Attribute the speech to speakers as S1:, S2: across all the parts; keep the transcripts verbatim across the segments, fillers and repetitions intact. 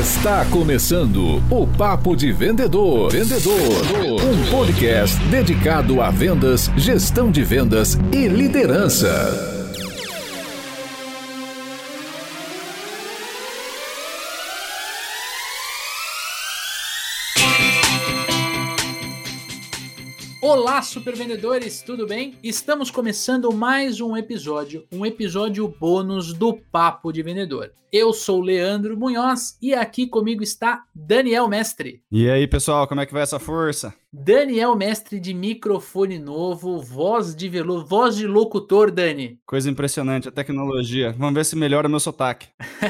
S1: Está começando o Papo de Vendedor. Vendedor, um podcast dedicado a vendas, gestão de vendas e liderança.
S2: Olá, supervendedores, tudo bem? Estamos começando mais um episódio, um episódio bônus do Papo de Vendedor. Eu sou Leandro Munhoz e aqui comigo está Daniel Mestre.
S3: E aí, pessoal, como é que vai essa força?
S2: Daniel Mestre de microfone novo, voz de veludo, voz de locutor, Dani.
S3: Coisa impressionante, a tecnologia. Vamos ver se melhora meu sotaque.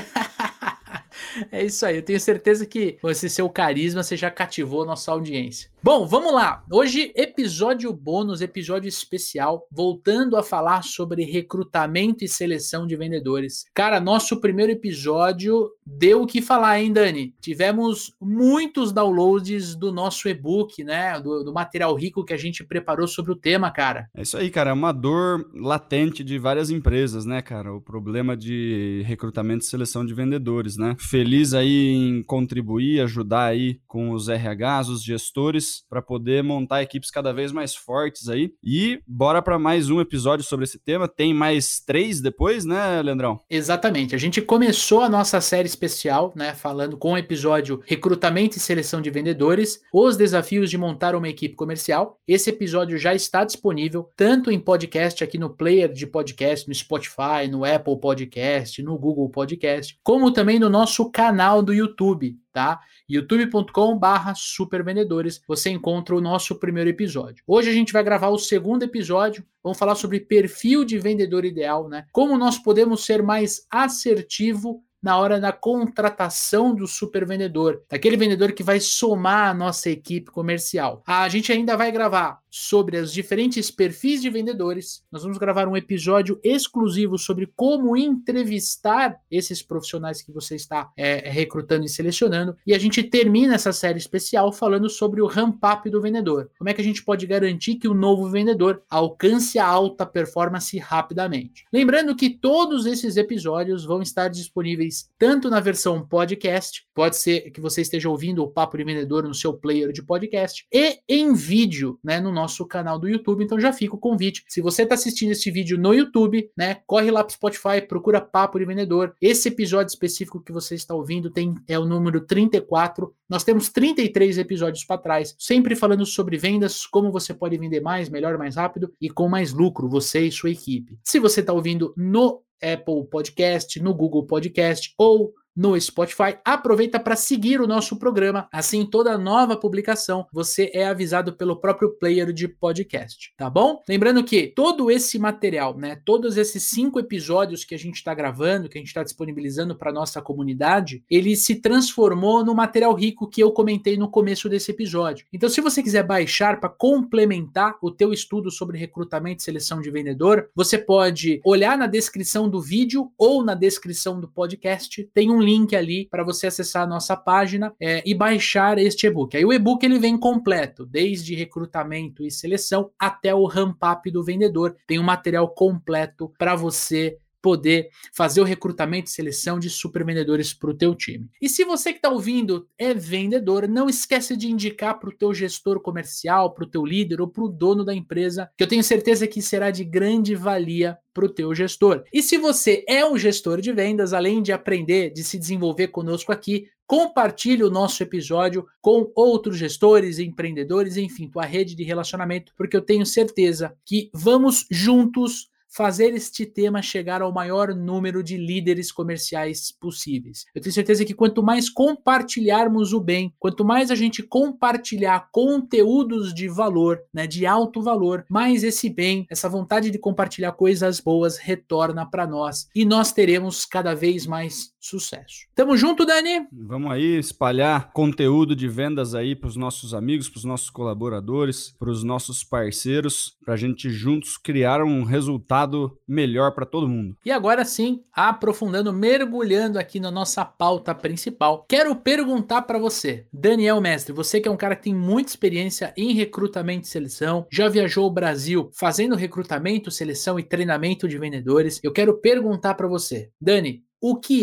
S2: É isso aí, eu tenho certeza que com esse seu carisma você já cativou a nossa audiência. Bom, vamos lá. Hoje, episódio bônus, episódio especial, voltando a falar sobre recrutamento e seleção de vendedores. Cara, nosso primeiro episódio deu o que falar, hein, Dani? Tivemos muitos downloads do nosso e-book, né? Do, do material rico que a gente preparou sobre o tema, cara.
S3: É isso aí, cara. É uma dor latente de várias empresas, né, cara? O problema de recrutamento e seleção de vendedores, né? Feliz aí em contribuir, ajudar aí com os R Hs, os gestores, para poder montar equipes cada vez mais fortes aí. E bora para mais um episódio sobre esse tema. Tem mais três depois, né, Leandrão?
S2: Exatamente. A gente começou a nossa série especial, né, falando com o episódio Recrutamento e Seleção de Vendedores, os desafios de montar uma equipe comercial. Esse episódio já está disponível tanto em podcast aqui no player de podcast, no Spotify, no Apple Podcast, no Google Podcast, como também no nosso canal do YouTube, tá? youtube ponto com barra supervendedores, você encontra o nosso primeiro episódio. Hoje a gente vai gravar o segundo episódio, vamos falar sobre perfil de vendedor ideal, né? Como nós podemos ser mais assertivo na hora da contratação do supervendedor, daquele vendedor que vai somar a nossa equipe comercial. A gente ainda vai gravar sobre os diferentes perfis de vendedores. Nós vamos gravar um episódio exclusivo sobre como entrevistar esses profissionais que você está é, recrutando e selecionando. E a gente termina essa série especial falando sobre o ramp-up do vendedor. Como é que a gente pode garantir que o novo vendedor alcance a alta performance rapidamente. Lembrando que todos esses episódios vão estar disponíveis tanto na versão podcast, pode ser que você esteja ouvindo o Papo de Vendedor no seu player de podcast, e em vídeo, né, no nosso canal do YouTube. Então já fica o convite. Se você está assistindo esse vídeo no YouTube, né, corre lá para o Spotify, procura Papo de Vendedor. Esse episódio específico que você está ouvindo tem, é o número trinta e quatro. Nós temos trinta e três episódios para trás, sempre falando sobre vendas, como você pode vender mais, melhor, mais rápido e com mais lucro, você e sua equipe. Se você está ouvindo no Apple Podcast, no Google Podcast ou no Spotify, aproveita para seguir o nosso programa. Assim, toda nova publicação você é avisado pelo próprio player de podcast, tá bom? Lembrando que todo esse material, né, todos esses cinco episódios que a gente está gravando, que a gente está disponibilizando para nossa comunidade, ele se transformou no material rico que eu comentei no começo desse episódio. Então, se você quiser baixar para complementar o teu estudo sobre recrutamento e seleção de vendedor, você pode olhar na descrição do vídeo ou na descrição do podcast. Tem um link ali para você acessar a nossa página é, e baixar este e-book. Aí o e-book ele vem completo, desde recrutamento e seleção até o ramp-up do vendedor. Tem um material completo para você poder fazer o recrutamento e seleção de supervendedores para o teu time. E se você que está ouvindo é vendedor, não esquece de indicar para o teu gestor comercial, para o teu líder ou para o dono da empresa, que eu tenho certeza que será de grande valia para o teu gestor. E se você é um gestor de vendas, além de aprender, de se desenvolver conosco aqui, compartilhe o nosso episódio com outros gestores, empreendedores, enfim, tua rede de relacionamento, porque eu tenho certeza que vamos juntos fazer este tema chegar ao maior número de líderes comerciais possíveis. Eu tenho certeza que quanto mais compartilharmos o bem, quanto mais a gente compartilhar conteúdos de valor, né, de alto valor, mais esse bem, essa vontade de compartilhar coisas boas retorna para nós e nós teremos cada vez mais sucesso. Tamo junto, Dani?
S3: Vamos aí espalhar conteúdo de vendas aí para os nossos amigos, para os nossos colaboradores, para os nossos parceiros, para a gente juntos criar um resultado melhor para todo mundo.
S2: E agora sim, aprofundando, mergulhando aqui na nossa pauta principal, quero perguntar para você, Daniel Mestre, você que é um cara que tem muita experiência em recrutamento e seleção, já viajou o Brasil fazendo recrutamento, seleção e treinamento de vendedores, eu quero perguntar para você, Dani, o que é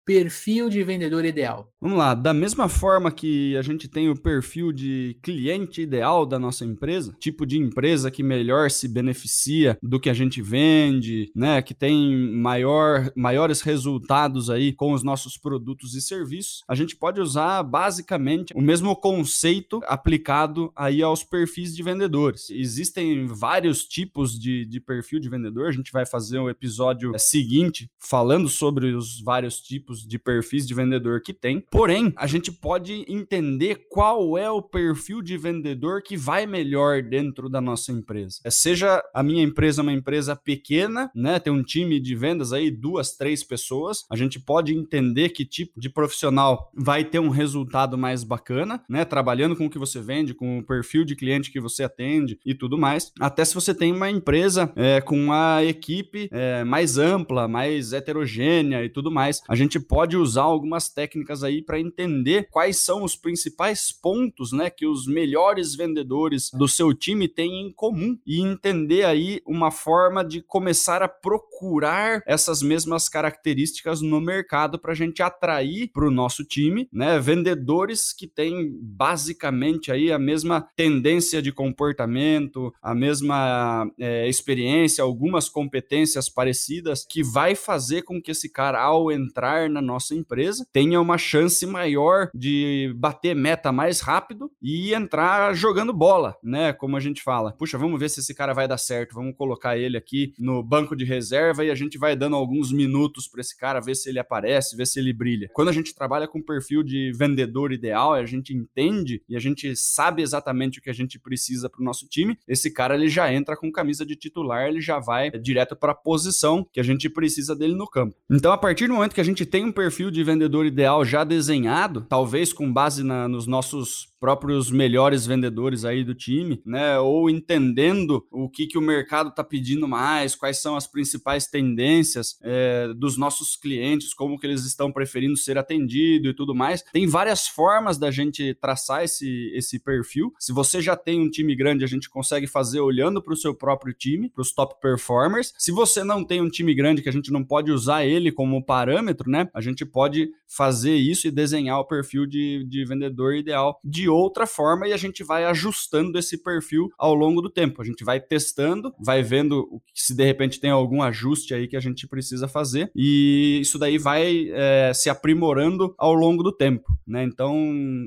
S2: perfil de vendedor ideal?
S3: Vamos lá, da mesma forma que a gente tem o perfil de cliente ideal da nossa empresa, tipo de empresa que melhor se beneficia do que a gente vende, né, que tem maior, maiores resultados aí com os nossos produtos e serviços, a gente pode usar basicamente o mesmo conceito aplicado aí aos perfis de vendedores. Existem vários tipos de, de perfil de vendedor, a gente vai fazer um episódio seguinte falando sobre os vários tipos de perfis de vendedor que tem. Porém, a gente pode entender qual é o perfil de vendedor que vai melhor dentro da nossa empresa. Seja a minha empresa uma empresa pequena, né, tem um time de vendas aí, duas, três pessoas, a gente pode entender que tipo de profissional vai ter um resultado mais bacana, né, trabalhando com o que você vende, com o perfil de cliente que você atende e tudo mais. Até se você tem uma empresa é, com uma equipe é, mais ampla, mais heterogênea e tudo mais, a gente pode usar algumas técnicas aí para entender quais são os principais pontos, né, que os melhores vendedores do seu time têm em comum e entender aí uma forma de começar a procurar essas mesmas características no mercado para a gente atrair para o nosso time, né, vendedores que têm basicamente aí a mesma tendência de comportamento, a mesma é, experiência, algumas competências parecidas que vai fazer com que esse cara, ao entrar na nossa empresa, tenha uma chance maior de bater meta mais rápido e entrar jogando bola, né? Como a gente fala. Puxa, vamos ver se esse cara vai dar certo. Vamos colocar ele aqui no banco de reserva e a gente vai dando alguns minutos para esse cara, ver se ele aparece, ver se ele brilha. Quando a gente trabalha com perfil de vendedor ideal, a gente entende e a gente sabe exatamente o que a gente precisa para o nosso time, esse cara ele já entra com camisa de titular, ele já vai direto para a posição que a gente precisa dele no campo. Então, a partir do momento que a gente tem um perfil de vendedor ideal já desenhado, talvez com base na, nos nossos próprios melhores vendedores aí do time, né, ou entendendo o que, que o mercado está pedindo mais, quais são as principais tendências é, dos nossos clientes, como que eles estão preferindo ser atendidos e tudo mais. Tem várias formas da gente traçar esse, esse perfil. Se você já tem um time grande, a gente consegue fazer olhando para o seu próprio time, para os top performers. Se você não tem um time grande, que a gente não pode usar ele como parâmetro, né, a gente pode fazer isso e desenhar o perfil de, de vendedor ideal de outra forma e a gente vai ajustando esse perfil ao longo do tempo. A gente vai testando, vai vendo se de repente tem algum ajuste aí que a gente precisa fazer e isso daí vai é, se aprimorando ao longo do tempo, né? Então,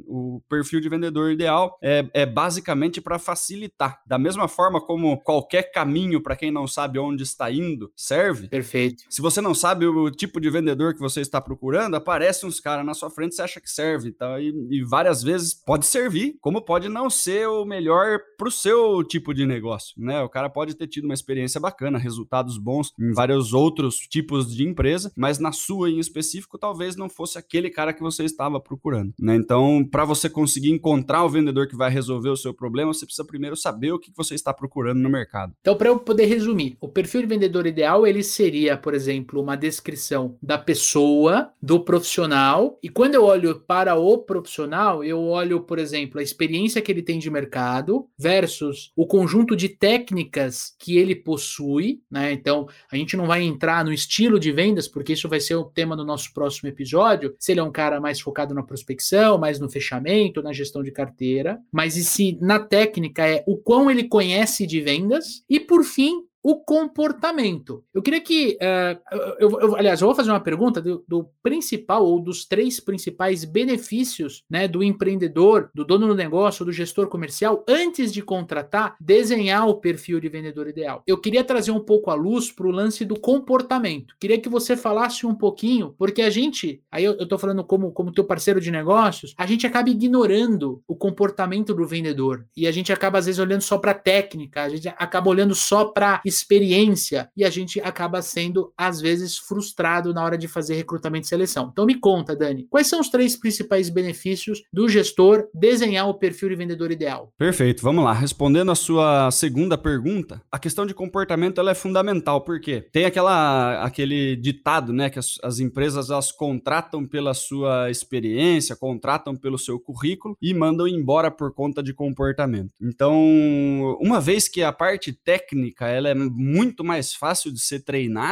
S3: o perfil de vendedor ideal é, é basicamente para facilitar. Da mesma forma como qualquer caminho para quem não sabe onde está indo serve.
S2: Perfeito.
S3: Se você não sabe o tipo de vendedor que você está procurando, aparece uns caras na sua frente, você acha que serve, tá? e, e várias vezes pode servir, como pode não ser o melhor para o seu tipo de negócio, né? O cara pode ter tido uma experiência bacana, resultados bons em vários outros tipos de empresa, mas na sua em específico, talvez não fosse aquele cara que você estava procurando, né? Então, para você conseguir encontrar o vendedor que vai resolver o seu problema, você precisa primeiro saber o que você está procurando no mercado.
S2: Então, para eu poder resumir, o perfil de vendedor ideal, ele seria, por exemplo, uma descrição da pessoa, do profissional, e quando eu olho para o profissional, eu olho, por exemplo, a experiência que ele tem de mercado versus o conjunto de técnicas que ele possui, né? Então, a gente não vai entrar no estilo de vendas, porque isso vai ser o tema do nosso próximo episódio, se ele é um cara mais focado na prospecção, mais no fechamento, na gestão de carteira, mas e se na técnica é o quão ele conhece de vendas e, por fim, o comportamento. Eu queria que, uh, eu, eu, aliás, eu vou fazer uma pergunta do, do principal ou dos três principais benefícios, né, do empreendedor, do dono do negócio, do gestor comercial, antes de contratar, desenhar o perfil de vendedor ideal. Eu queria trazer um pouco a luz para o lance do comportamento. Queria que você falasse um pouquinho, porque a gente, aí eu estou falando como, como teu parceiro de negócios, a gente acaba ignorando o comportamento do vendedor e a gente acaba às vezes olhando só para a técnica, a gente acaba olhando só para experiência e a gente acaba sendo, às vezes, frustrado na hora de fazer recrutamento e seleção. Então me conta, Dani, quais são os três principais benefícios do gestor desenhar o perfil de vendedor ideal?
S3: Perfeito, vamos lá. Respondendo a sua segunda pergunta, a questão de comportamento ela é fundamental, porque tem aquela, aquele ditado, né, que as, as empresas elas contratam pela sua experiência, contratam pelo seu currículo e mandam embora por conta de comportamento. Então, uma vez que a parte técnica ela é muito mais fácil de ser treinada,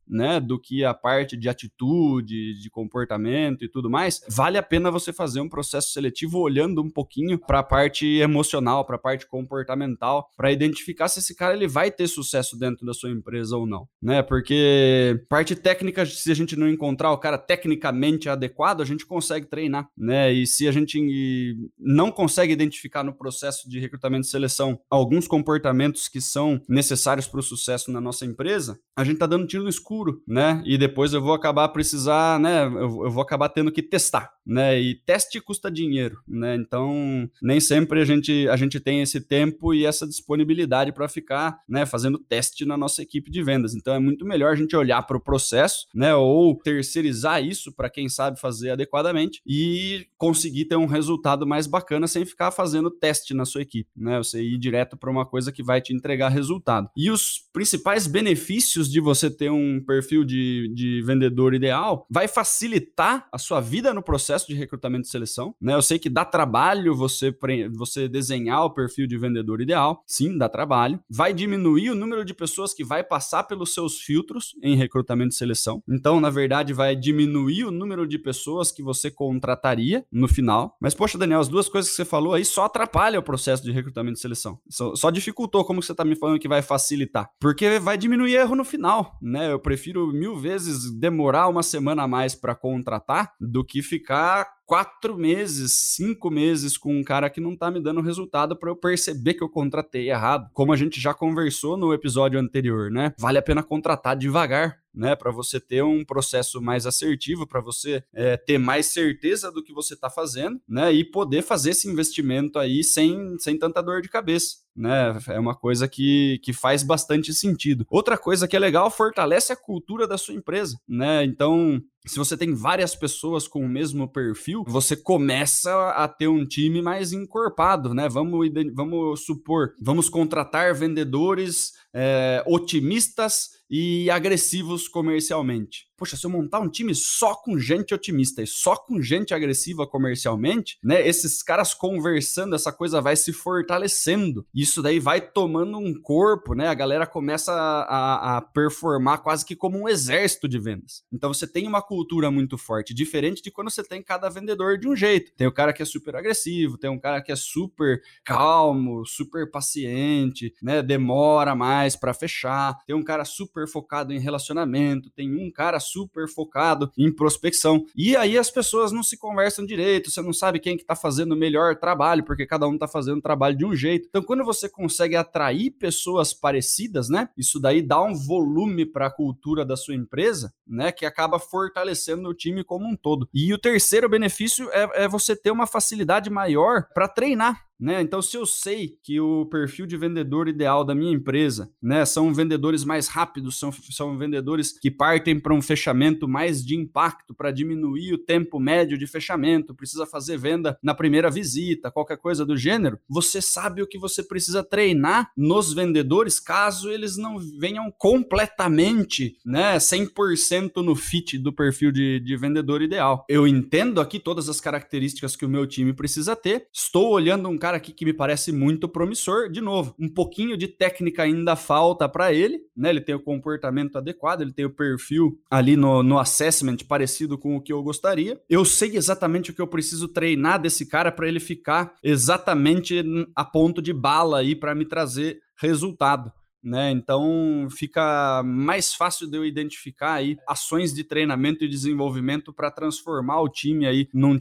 S3: né, do que a parte de atitude, de comportamento e tudo mais, vale a pena você fazer um processo seletivo olhando um pouquinho para a parte emocional, para a parte comportamental, para identificar se esse cara ele vai ter sucesso dentro da sua empresa ou não, né? Porque parte técnica, se a gente não encontrar o cara tecnicamente adequado, a gente consegue treinar, né? E se a gente não consegue identificar no processo de recrutamento e seleção alguns comportamentos que são necessários para o sucesso na nossa empresa, a gente tá dando tiro no escuro, né? E depois eu vou acabar precisar, né? Eu, eu vou acabar tendo que testar, né? E teste custa dinheiro, né? Então, nem sempre a gente, a gente tem esse tempo e essa disponibilidade para ficar, né, fazendo teste na nossa equipe de vendas. Então, é muito melhor a gente olhar para o processo, né? Ou terceirizar isso para quem sabe fazer adequadamente e conseguir ter um resultado mais bacana sem ficar fazendo teste na sua equipe, né? Você ir direto para uma coisa que vai te entregar resultado. E os principais benefícios de você ter um perfil de, de vendedor ideal vai facilitar a sua vida no processo de recrutamento e seleção, né? Eu sei que dá trabalho você, você desenhar o perfil de vendedor ideal, sim, dá trabalho. Vai diminuir o número de pessoas que vai passar pelos seus filtros em recrutamento e seleção. Então, na verdade, vai diminuir o número de pessoas que você contrataria no final. Mas, poxa, Daniel, as duas coisas que você falou aí só atrapalham o processo de recrutamento e seleção. Só, só dificultou. Como você está me falando que vai facilitar? Porque vai diminuir erro no final, né? Eu prefiro mil vezes demorar uma semana a mais para contratar do que ficar quatro meses, cinco meses com um cara que não tá me dando resultado para eu perceber que eu contratei errado. Como a gente já conversou no episódio anterior, né? Vale a pena contratar devagar, né, para você ter um processo mais assertivo, para você é, ter mais certeza do que você está fazendo, né, e poder fazer esse investimento aí sem, sem tanta dor de cabeça, né, é uma coisa que, que faz bastante sentido. Outra coisa que é legal, fortalece a cultura da sua empresa, né, então se você tem várias pessoas com o mesmo perfil, você começa a ter um time mais encorpado, né? Vamos, vamos supor, vamos contratar vendedores é, otimistas e agressivos comercialmente. Poxa, se eu montar um time só com gente otimista e só com gente agressiva comercialmente, né? Esses caras conversando, essa coisa vai se fortalecendo. Isso daí vai tomando um corpo, né? A galera começa a, a performar quase que como um exército de vendas. Então você tem uma cultura muito forte, diferente de quando você tem cada vendedor de um jeito. Tem o cara que é super agressivo, tem um cara que é super calmo, super paciente, né? Demora mais para fechar. Tem um cara super focado em relacionamento, tem um cara super focado em prospecção. E aí as pessoas não se conversam direito, você não sabe quem que tá fazendo o melhor trabalho, porque cada um tá fazendo o trabalho de um jeito. Então, quando você consegue atrair pessoas parecidas, né? Isso daí dá um volume para a cultura da sua empresa, né? Que acaba fortalecendo o time como um todo. E o terceiro benefício é, é você ter uma facilidade maior para treinar. Né? Então, se eu sei que o perfil de vendedor ideal da minha empresa, né, são vendedores mais rápidos, são, são vendedores que partem para um fechamento mais de impacto, para diminuir o tempo médio de fechamento, precisa fazer venda na primeira visita, qualquer coisa do gênero, você sabe o que você precisa treinar nos vendedores caso eles não venham completamente, né, cem por cento no fit do perfil de, de vendedor ideal. Eu entendo aqui todas as características que o meu time precisa ter, estou olhando um cara aqui que me parece muito promissor, de novo, um pouquinho de técnica ainda falta para ele, né? Ele tem o comportamento adequado, ele tem o perfil ali no, no assessment parecido com o que eu gostaria. Eu sei exatamente o que eu preciso treinar desse cara para ele ficar exatamente a ponto de bala aí para me trazer resultado. Né? Então fica mais fácil de eu identificar aí ações de treinamento e desenvolvimento para transformar o time aí num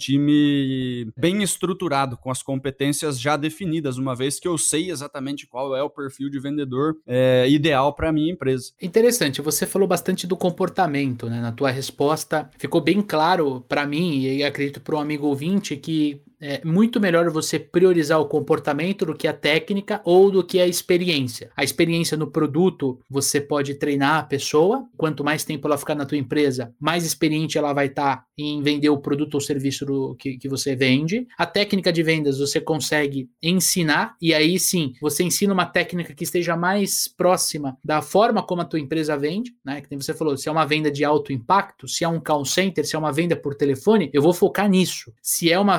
S3: time bem estruturado, com as competências já definidas, uma vez que eu sei exatamente qual é o perfil de vendedor é, ideal para a minha empresa.
S2: Interessante, você falou bastante do comportamento, né? Na tua resposta ficou bem claro para mim e acredito para um amigo ouvinte que é muito melhor você priorizar o comportamento do que a técnica ou do que a experiência. A experiência no produto, você pode treinar a pessoa. Quanto mais tempo ela ficar na tua empresa, mais experiente ela vai estar em vender o produto ou serviço do, que, que você vende. A técnica de vendas você consegue ensinar, e aí sim, você ensina uma técnica que esteja mais próxima da forma como a tua empresa vende, né? Que você falou, se é uma venda de alto impacto, se é um call center, se é uma venda por telefone, eu vou focar nisso. Se é uma venda de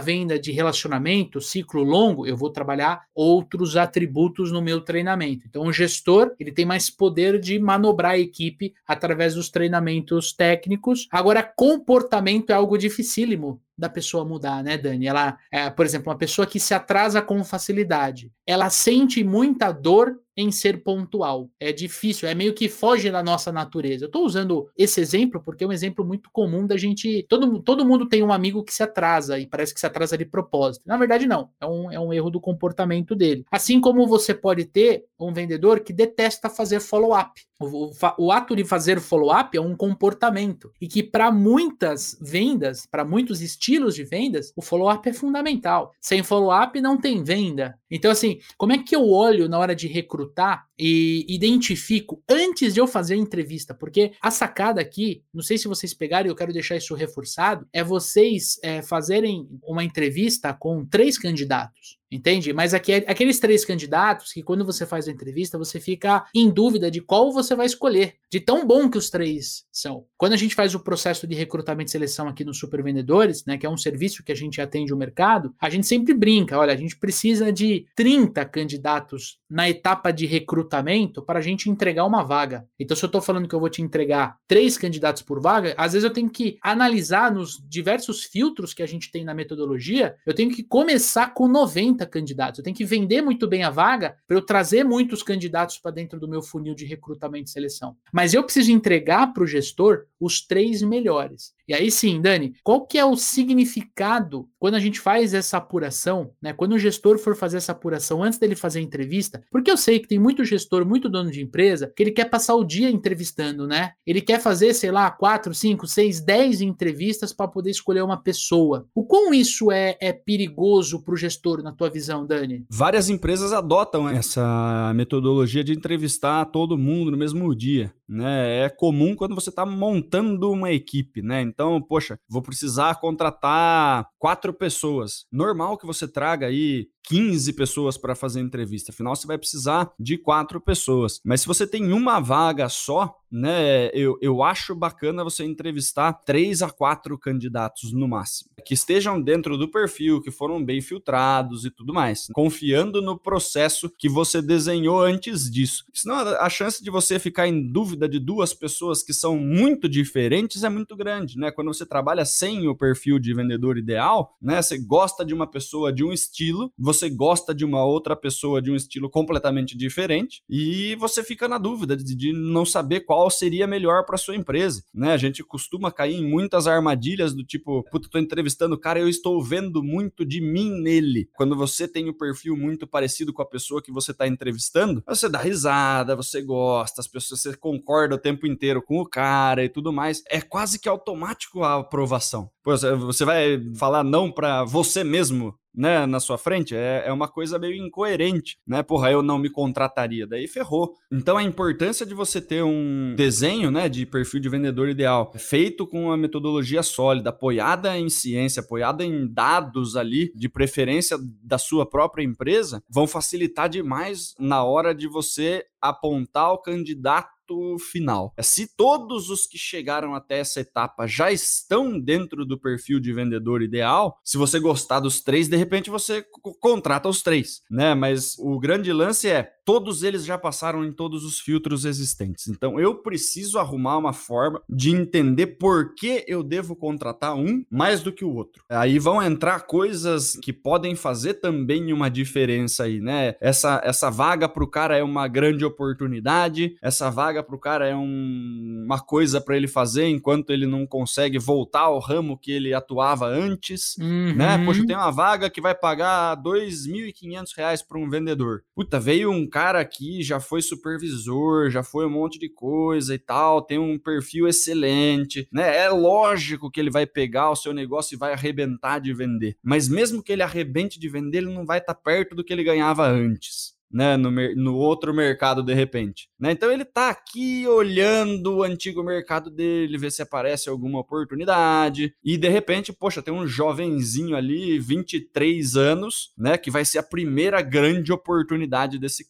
S2: de relacionamento, ciclo longo, eu vou trabalhar outros atributos no meu treinamento. Então, o gestor, ele tem mais poder de manobrar a equipe através dos treinamentos técnicos. Agora, comportamento é algo dificílimo da pessoa mudar, né, Dani? Ela, é, por exemplo, uma pessoa que se atrasa com facilidade, ela sente muita dor em ser pontual. É difícil, é meio que foge da nossa natureza. Eu estou usando esse exemplo porque é um exemplo muito comum da gente... Todo, todo mundo tem um amigo que se atrasa e parece que se atrasa de propósito. Na verdade, não. É um, é um erro do comportamento dele. Assim como você pode ter um vendedor que detesta fazer follow-up. O, o, o ato de fazer follow-up é um comportamento. E que para muitas vendas, para muitos estilos de vendas, o follow-up é fundamental. Sem follow-up não tem venda. Então, assim, como é que eu olho na hora de recrutar e identifico antes de eu fazer a entrevista? Porque a sacada aqui, não sei se vocês pegaram e eu quero deixar isso reforçado, é vocês é, fazerem uma entrevista com três candidatos. Entende? Mas aqui, aqueles três candidatos que quando você faz a entrevista, você fica em dúvida de qual você vai escolher. De tão bom que os três são. Quando a gente faz o processo de recrutamento e seleção aqui no Super Vendedores, né, que é um serviço que a gente atende o mercado, a gente sempre brinca, olha, a gente precisa de trinta candidatos na etapa de recrutamento para a gente entregar uma vaga. Então, se eu estou falando que eu vou te entregar três candidatos por vaga, às vezes eu tenho que analisar nos diversos filtros que a gente tem na metodologia, eu tenho que começar com noventa candidatos. Eu tenho que vender muito bem a vaga para eu trazer muitos candidatos para dentro do meu funil de recrutamento e seleção. Mas eu preciso entregar para o gestor os três melhores. E aí sim, Dani, qual que é o significado quando a gente faz essa apuração, né? Quando o gestor for fazer essa apuração antes dele fazer a entrevista, porque eu sei que tem muito gestor, muito dono de empresa, que ele quer passar o dia entrevistando, né? Ele quer fazer, sei lá, quatro, cinco, seis, dez entrevistas para poder escolher uma pessoa. O quão isso é, é perigoso para o gestor, na tua visão, Dani?
S3: Várias empresas adotam essa metodologia de entrevistar todo mundo no mesmo dia, né? É comum quando você está montando uma equipe, né? Então, poxa, vou precisar contratar quatro pessoas. Normal que você traga aí quinze pessoas para fazer entrevista. Afinal, você vai precisar de quatro pessoas. Mas se você tem uma vaga só, né, eu, eu acho bacana você entrevistar três a quatro candidatos no máximo, que estejam dentro do perfil, que foram bem filtrados e tudo mais, confiando no processo que você desenhou antes disso. Senão a chance de você ficar em dúvida de duas pessoas que são muito diferentes é muito grande, né? Quando você trabalha sem o perfil de vendedor ideal, né, você gosta de uma pessoa de um estilo, você gosta de uma outra pessoa de um estilo completamente diferente e você fica na dúvida de, de não saber qual seria melhor para sua empresa, né? A gente costuma cair em muitas armadilhas do tipo, puta, tô entrevistando o cara e eu estou vendo muito de mim nele. Quando você tem o perfil muito parecido com a pessoa que você está entrevistando, você dá risada, você gosta, as pessoas, você concorda o tempo inteiro com o cara e tudo mais. É quase que automático a aprovação. Pô, você vai falar não para você mesmo, né, na sua frente, é, é uma coisa meio incoerente, né? Porra, eu não me contrataria, daí ferrou. Então a importância de você ter um desenho, né, de perfil de vendedor ideal, feito com uma metodologia sólida, apoiada em ciência, apoiada em dados ali, de preferência da sua própria empresa, vão facilitar demais na hora de você apontar o candidato final. Se todos os que chegaram até essa etapa já estão dentro do perfil de vendedor ideal, se você gostar dos três, de repente você contrata os três, né? Mas o grande lance é, todos eles já passaram em todos os filtros existentes. Então eu preciso arrumar uma forma de entender por que eu devo contratar um mais do que o outro. Aí vão entrar coisas que podem fazer também uma diferença aí, né? Essa, essa vaga para o cara é uma grande oportunidade, essa vaga para o cara é um, uma coisa para ele fazer enquanto ele não consegue voltar ao ramo que ele atuava antes,
S2: uhum.
S3: né? Poxa, tem uma vaga que vai pagar dois mil e quinhentos reais para um vendedor. Puta, veio um cara aqui, já foi supervisor, já foi um monte de coisa e tal, tem um perfil excelente, né? É lógico que ele vai pegar o seu negócio e vai arrebentar de vender. Mas mesmo que ele arrebente de vender, ele não vai estar perto do que ele ganhava antes, né, no, no outro mercado de repente, né? Então ele tá aqui olhando o antigo mercado dele, ver se aparece alguma oportunidade e de repente, poxa, tem um jovenzinho ali, vinte e três anos, né, que vai ser a primeira grande oportunidade desse cara,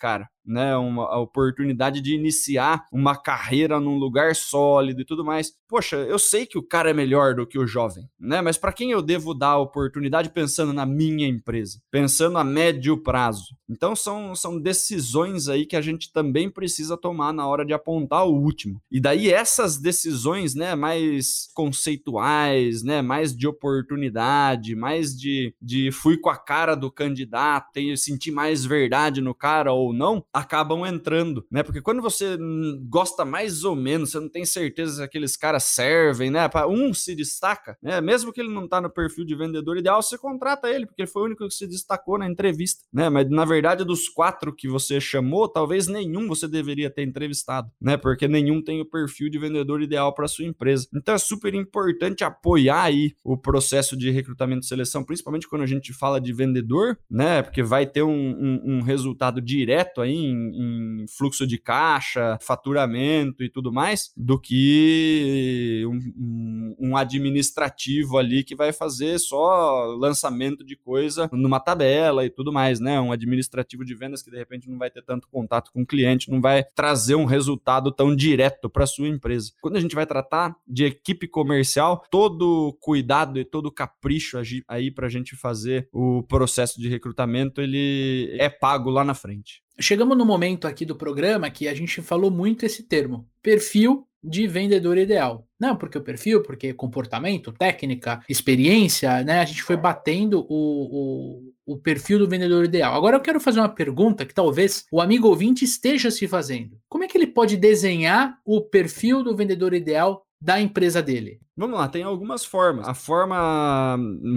S3: né, uma a oportunidade de iniciar uma carreira num lugar sólido e tudo mais. Poxa, eu sei que o cara é melhor do que o jovem, né? Mas para quem eu devo dar a oportunidade pensando na minha empresa, pensando a médio prazo? Então são, são decisões aí que a gente também precisa tomar na hora de apontar o último. E daí essas decisões, né, mais conceituais, né, mais de oportunidade, mais de, de fui com a cara do candidato, tenho, senti mais verdade no cara ou não, acabam entrando, né? Porque quando você gosta mais ou menos, você não tem certeza se aqueles caras servem, né? Um se destaca, né? Mesmo que ele não tá no perfil de vendedor ideal, você contrata ele, porque ele foi o único que se destacou na entrevista, né? Mas na verdade, dos quatro que você chamou, talvez nenhum você deveria ter entrevistado, né? Porque nenhum tem o perfil de vendedor ideal para sua empresa. Então é super importante apoiar aí o processo de recrutamento e seleção, principalmente quando a gente fala de vendedor, né? Porque vai ter um, um, um resultado direto aí em, em fluxo de caixa, faturamento e tudo mais, do que um, um, um administrativo ali que vai fazer só lançamento de coisa numa tabela e tudo mais, né? Um administrativo de vendas que de repente não vai ter tanto contato com o cliente, não vai trazer um resultado tão direto para sua empresa. Quando a gente vai tratar de equipe comercial, todo cuidado e todo capricho aí para a gente fazer o processo de recrutamento, ele é pago lá na frente.
S2: Chegamos no momento aqui do programa que a gente falou muito esse termo, perfil de vendedor ideal. Não, porque o perfil, porque comportamento, técnica, experiência, né? A gente foi batendo o, o, o perfil do vendedor ideal. Agora eu quero fazer uma pergunta que talvez o amigo ouvinte esteja se fazendo. Como é que ele pode desenhar o perfil do vendedor ideal da empresa dele?
S3: Vamos lá, tem algumas formas. A forma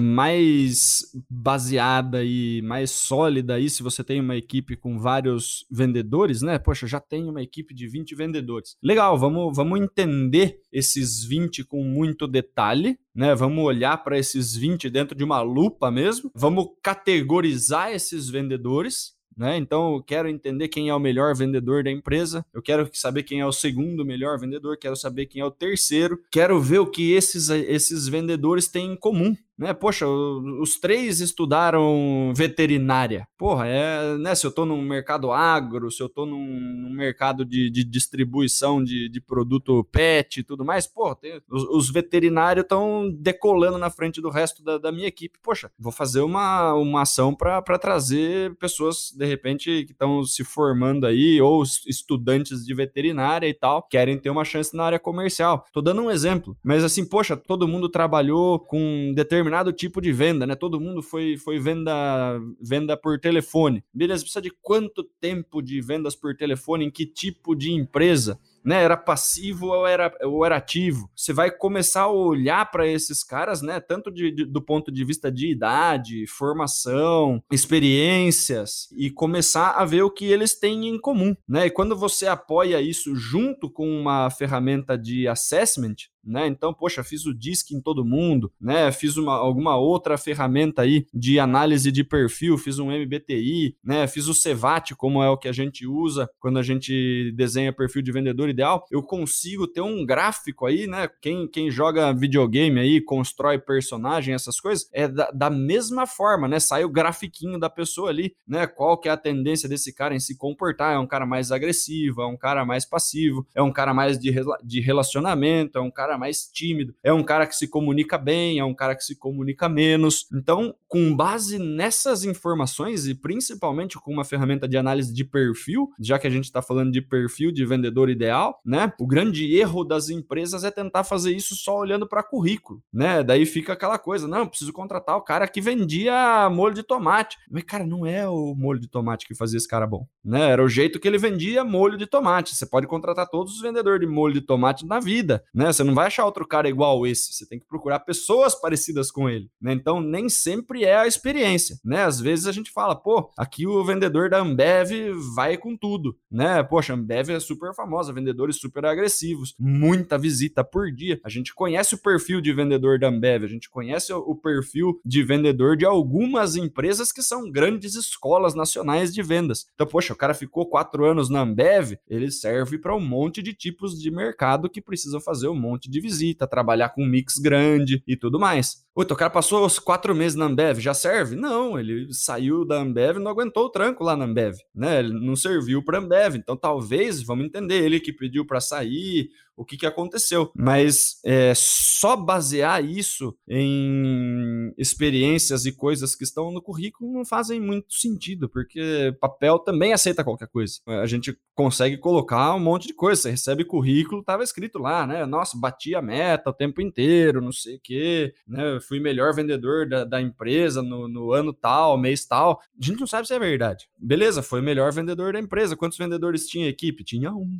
S3: mais baseada e mais sólida aí, se você tem uma equipe com vários vendedores, né? Poxa, já tem uma equipe de vinte vendedores. Legal, vamos, vamos entender esses vinte com muito detalhe, né? Vamos olhar para esses vinte dentro de uma lupa mesmo. Vamos categorizar esses vendedores, né? Então eu quero entender quem é o melhor vendedor da empresa, eu quero saber quem é o segundo melhor vendedor, quero saber quem é o terceiro, quero ver o que esses, esses vendedores têm em comum, né? Poxa, os três estudaram veterinária. Porra, é, né? Se eu tô num mercado agro, se eu tô num, num mercado de, de distribuição de, de produto pet e tudo mais, porra, tem, os, os veterinários estão decolando na frente do resto da, da minha equipe. Poxa, vou fazer uma, uma ação para trazer pessoas, de repente, que estão se formando aí, ou estudantes de veterinária e tal, querem ter uma chance na área comercial. Tô dando um exemplo, mas assim, poxa, todo mundo trabalhou com determinado determinado tipo de venda, né? Todo mundo foi, foi venda, venda por telefone. Beleza, precisa de quanto tempo de vendas por telefone, em que tipo de empresa? Né, era passivo ou era, ou era ativo? Você vai começar a olhar para esses caras, né, tanto de, de, do ponto de vista de idade, formação, experiências, e começar a ver o que eles têm em comum, né? E quando você apoia isso junto com uma ferramenta de assessment, né? Então, poxa, fiz o D I S C em todo mundo, né? Fiz uma, alguma outra ferramenta aí de análise de perfil, fiz um M B T I, né? Fiz o Cevat, como é o que a gente usa quando a gente desenha perfil de vendedor ideal. Eu consigo ter um gráfico aí, né? Quem, quem joga videogame aí, constrói personagem, essas coisas, é da, da mesma forma, né? Sai o grafiquinho da pessoa ali, né? Qual que é a tendência desse cara em se comportar? É um cara mais agressivo, é um cara mais passivo, é um cara mais de, de relacionamento, é um cara mais tímido, é um cara que se comunica bem, é um cara que se comunica menos. Então, com base nessas informações e principalmente com uma ferramenta de análise de perfil, já que a gente está falando de perfil de vendedor ideal, né? O grande erro das empresas é tentar fazer isso só olhando para currículo, né? Daí fica aquela coisa, não, preciso contratar o cara que vendia molho de tomate. Mas, cara, não é o molho de tomate que fazia esse cara bom, né? Era o jeito que ele vendia molho de tomate. Você pode contratar todos os vendedores de molho de tomate na vida, né? Você não vai achar outro cara igual esse, você tem que procurar pessoas parecidas com ele, né? Então nem sempre é a experiência, né? Às vezes a gente fala, pô, aqui o vendedor da Ambev vai com tudo, né? Poxa, a Ambev é super famosa, vendedores super agressivos, muita visita por dia. A gente conhece o perfil de vendedor da Ambev, a gente conhece o perfil de vendedor de algumas empresas que são grandes escolas nacionais de vendas. Então, poxa, o cara ficou quatro anos na Ambev, ele serve para um monte de tipos de mercado que precisam fazer um monte de visita, trabalhar com mix grande e tudo mais. Puta, o cara passou os quatro meses na Ambev, já serve? Não, ele saiu da Ambev e não aguentou o tranco lá na Ambev, né? Ele não serviu pra Ambev, então talvez, vamos entender, ele que pediu pra sair, o que que aconteceu. Mas é, só basear isso em experiências e coisas que estão no currículo não fazem muito sentido, porque papel também aceita qualquer coisa. A gente consegue colocar um monte de coisa, você recebe currículo, tava escrito lá, né? Nossa, bati a meta o tempo inteiro, não sei o quê, né? Fui melhor vendedor da, da empresa no, no ano tal, mês tal. A gente não sabe se é verdade. Beleza, foi o melhor vendedor da empresa. Quantos vendedores tinha a equipe? Tinha um.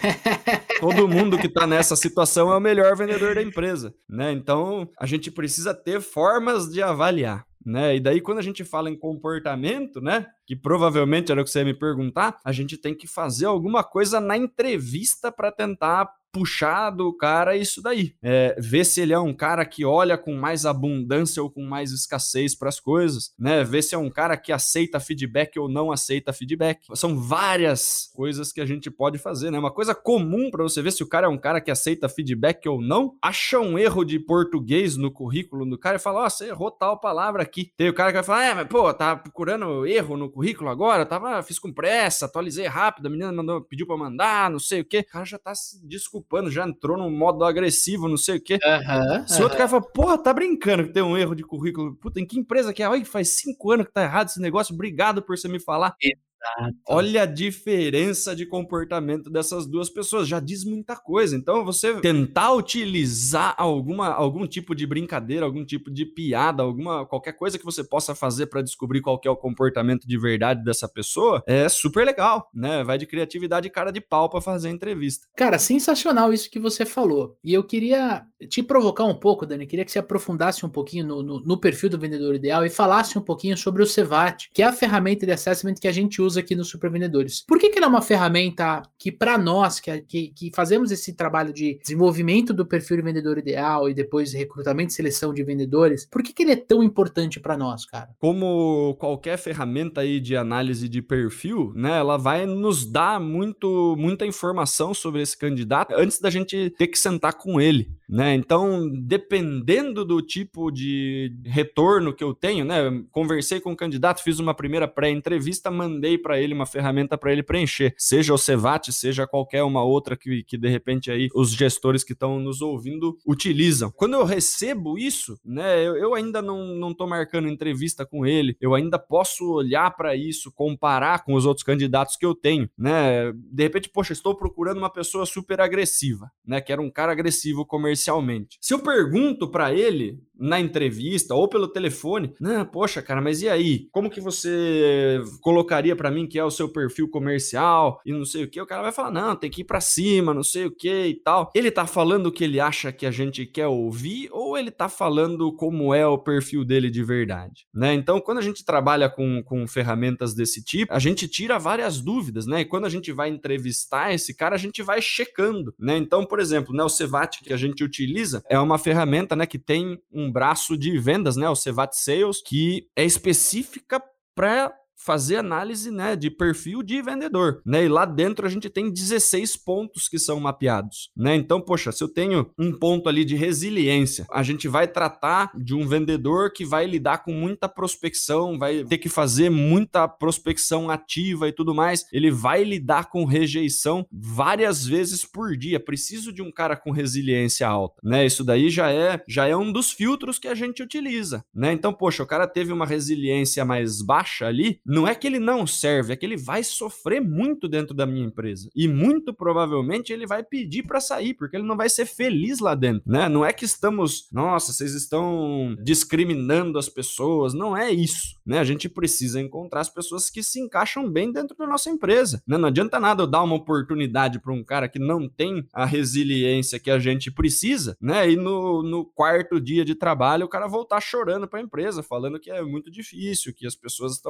S3: Todo mundo que está nessa situação é o melhor vendedor da empresa, né? Então, a gente precisa ter formas de avaliar, né? E daí, quando a gente fala em comportamento, né? Que provavelmente era o que você ia me perguntar, a gente tem que fazer alguma coisa na entrevista para tentar puxar do cara isso daí. É, ver se ele é um cara que olha com mais abundância ou com mais escassez para as coisas, né? Ver se é um cara que aceita feedback ou não aceita feedback. São várias coisas que a gente pode fazer, né? Uma coisa comum para você ver se o cara é um cara que aceita feedback ou não, acha um erro de português no currículo do cara e fala, ó, oh, você errou tal palavra aqui. Tem o cara que vai falar, é, mas pô, tá procurando erro no currículo agora? Eu tava, fiz com pressa, atualizei rápido, a menina mandou, pediu para mandar, não sei o quê. O cara já tá se desculpando, já entrou num modo agressivo, não sei o quê.
S2: Uhum,
S3: Se o outro cara fala, porra, tá brincando que tem um erro de currículo. Puta, em que empresa que é? Olha, faz cinco anos que tá errado esse negócio, obrigado por você me falar.
S2: Exato.
S3: Olha a diferença de comportamento dessas duas pessoas, já diz muita coisa. Então, você tentar utilizar alguma, algum tipo de brincadeira, algum tipo de piada, alguma, qualquer coisa que você possa fazer para descobrir qual que é o comportamento de verdade dessa pessoa, é super legal, né? Vai de criatividade e cara de pau para fazer a entrevista.
S2: Cara, sensacional isso que você falou. E eu queria te provocar um pouco, Dani, queria que você aprofundasse um pouquinho no, no, no perfil do vendedor ideal e falasse um pouquinho sobre o Cevat, que é a ferramenta de assessment que a gente usa aqui nos Supervendedores. Por que que ela é uma ferramenta que, para nós, que, que, que fazemos esse trabalho de desenvolvimento do perfil de vendedor ideal e depois recrutamento e seleção de vendedores, por que que ele é tão importante para nós, cara?
S3: Como qualquer ferramenta aí de análise de perfil, né, ela vai nos dar muito, muita informação sobre esse candidato antes da gente ter que sentar com ele, né? Então, dependendo do tipo de retorno que eu tenho, né, conversei com o candidato, fiz uma primeira pré-entrevista, mandei para ele uma ferramenta para ele preencher, seja o Cevat, seja qualquer uma outra que, que de repente aí os gestores que estão nos ouvindo utilizam. Quando eu recebo isso, né, eu, eu ainda não, não tô marcando entrevista com ele, eu ainda posso olhar para isso, comparar com os outros candidatos que eu tenho, né? De repente, poxa, estou procurando uma pessoa super agressiva, né, que era um cara agressivo comercialmente. Se eu pergunto para ele na entrevista ou pelo telefone, não, poxa, cara, mas e aí? Como que você colocaria para mim que é o seu perfil comercial e não sei o que? O cara vai falar, não, tem que ir para cima, não sei o que e tal. Ele tá falando o que ele acha que a gente quer ouvir ou ele tá falando como é o perfil dele de verdade, né? Então, quando a gente trabalha com, com ferramentas desse tipo, a gente tira várias dúvidas, né? E quando a gente vai entrevistar esse cara, a gente vai checando, né? Então, por exemplo, né, o Cevat que a gente utiliza é uma ferramenta, né, que tem um braço de vendas, né, o Cevat Sales, que é específica para fazer análise, né, de perfil de vendedor, né, e lá dentro a gente tem dezesseis pontos que são mapeados, né, então, poxa, se eu tenho um ponto ali de resiliência, a gente vai tratar de um vendedor que vai lidar com muita prospecção, vai ter que fazer muita prospecção ativa e tudo mais, ele vai lidar com rejeição várias vezes por dia, preciso de um cara com resiliência alta, né, isso daí já é, já é um dos filtros que a gente utiliza, né, então, poxa, o cara teve uma resiliência mais baixa ali, não é que ele não serve, é que ele vai sofrer muito dentro da minha empresa. E muito provavelmente ele vai pedir para sair, porque ele não vai ser feliz lá dentro, né? Não é que estamos, nossa, vocês estão discriminando as pessoas, não é isso, né? A gente precisa encontrar as pessoas que se encaixam bem dentro da nossa empresa, né? Não adianta nada eu dar uma oportunidade para um cara que não tem a resiliência que a gente precisa, né? E no, no quarto dia de trabalho o cara voltar chorando para a empresa, falando que é muito difícil, que as pessoas estão rejeitando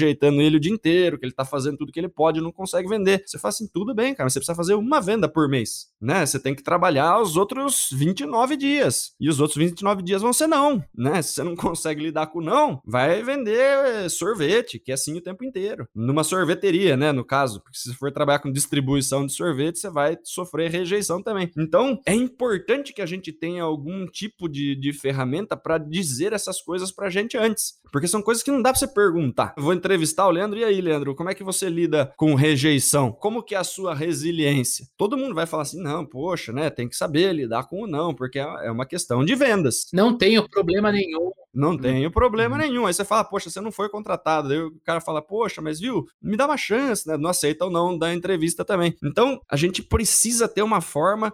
S3: rejeitando ele o dia inteiro, que ele tá fazendo tudo que ele pode e não consegue vender. Você fala assim, tudo bem, cara, mas você precisa fazer uma venda por mês, né? Você tem que trabalhar os outros vinte e nove dias. E os outros vinte e nove dias vão ser não, né? Se você não consegue lidar com não, vai vender sorvete, que é assim o tempo inteiro. Numa sorveteria, né, no caso, porque se for trabalhar com distribuição de sorvete, você vai sofrer rejeição também. Então, é importante que a gente tenha algum tipo de, de ferramenta para dizer essas coisas pra gente antes, porque são coisas que não dá pra você perguntar. Eu vou entrevistar o Leandro, e aí, Leandro, como é que você lida com rejeição? Como que é a sua resiliência? Todo mundo vai falar assim, não, poxa, né, tem que saber lidar com o não, porque é uma questão de vendas.
S2: Não tenho problema nenhum.
S3: Não tenho problema nenhum. Aí você fala, poxa, você não foi contratado. Aí o cara fala, poxa, mas viu, me dá uma chance, né? Não aceita ou não da entrevista também. Então, a gente precisa ter uma forma